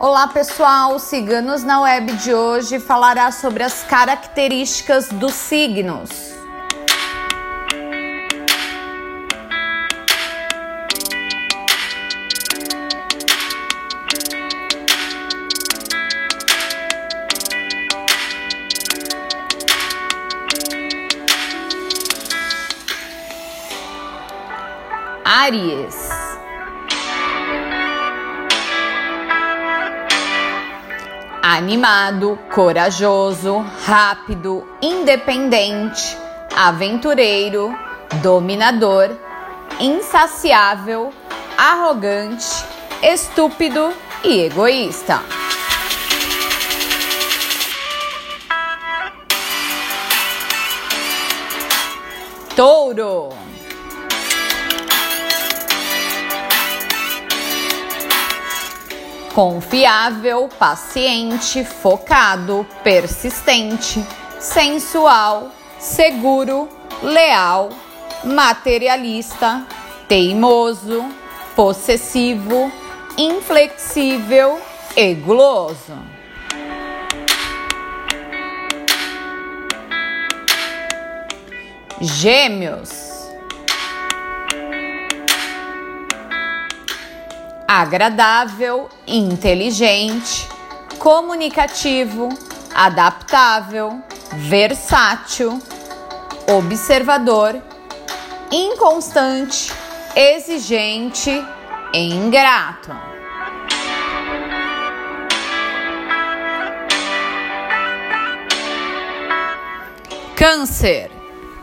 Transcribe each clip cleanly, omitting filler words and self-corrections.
Olá pessoal, Ciganos na Web de hoje falará sobre as características dos signos. Áries. Animado, corajoso, rápido, independente, aventureiro, dominador, insaciável, arrogante, estúpido e egoísta. Touro. Confiável, paciente, focado, persistente, sensual, seguro, leal, materialista, teimoso, possessivo, inflexível e guloso. Gêmeos. Agradável, inteligente, comunicativo, adaptável, versátil, observador, inconstante, exigente e ingrato. Câncer.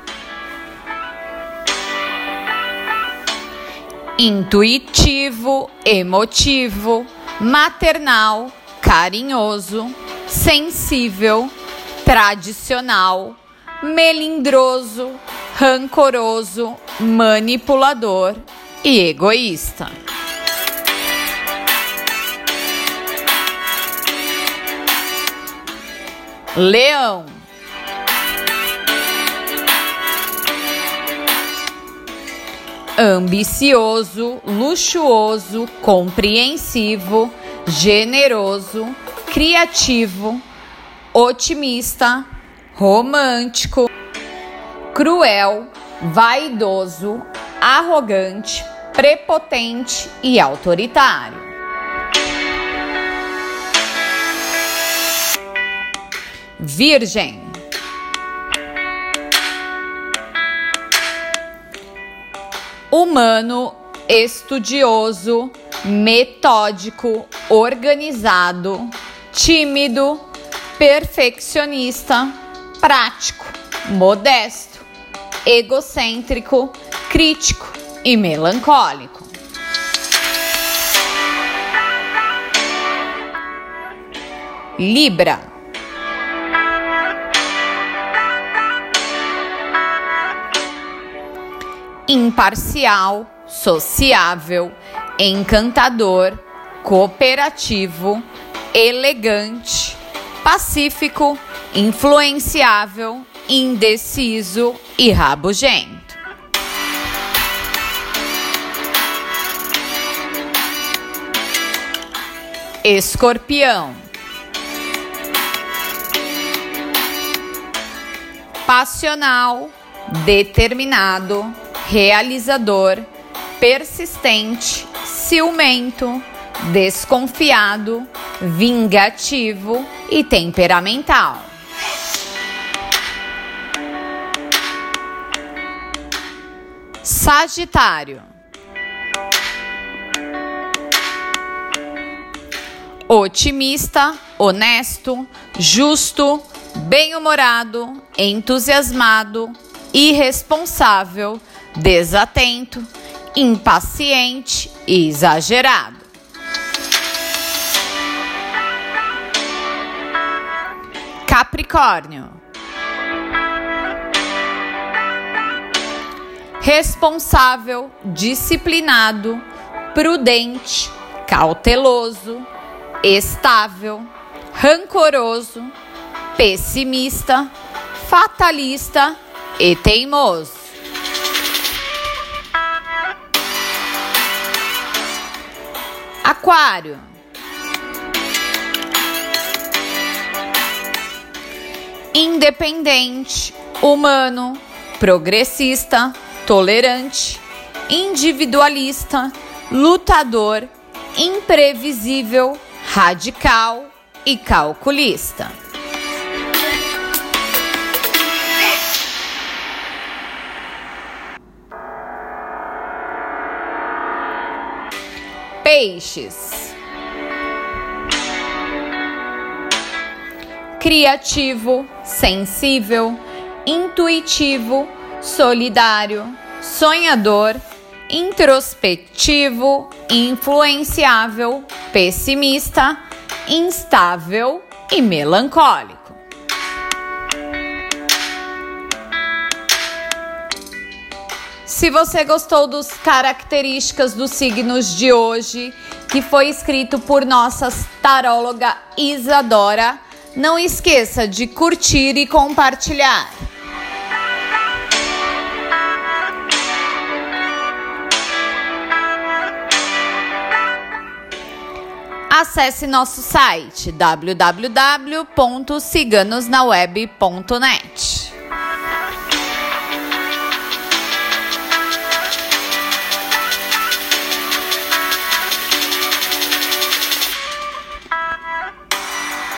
Intuitivo, emotivo, maternal, carinhoso, sensível, tradicional, melindroso, rancoroso, manipulador e egoísta. Leão. Ambicioso, luxuoso, compreensivo, generoso, criativo, otimista, romântico, cruel, vaidoso, arrogante, prepotente e autoritário. Virgem. Humano, estudioso, metódico, organizado, tímido, perfeccionista, prático, modesto, egocêntrico, crítico e melancólico. Libra. Imparcial, sociável, encantador, cooperativo, elegante, pacífico, influenciável, indeciso e rabugento. Escorpião. Passional, determinado, realizador, persistente, ciumento, desconfiado, vingativo e temperamental. Sagitário. Otimista, honesto, justo, bem-humorado, entusiasmado, irresponsável, desatento, impaciente e exagerado. Capricórnio. Responsável, disciplinado, prudente, cauteloso, estável, rancoroso, pessimista, fatalista e teimoso. Aquário. independente, humano, progressista, tolerante, individualista, lutador, imprevisível, radical e calculista. Peixes: criativo, sensível, intuitivo, solidário, sonhador, introspectivo, influenciável, pessimista, instável e melancólico. Se você gostou das características dos signos de hoje, que foi escrito por nossa taróloga Isadora, não esqueça de curtir e compartilhar. Acesse nosso site www.ciganosnaweb.net.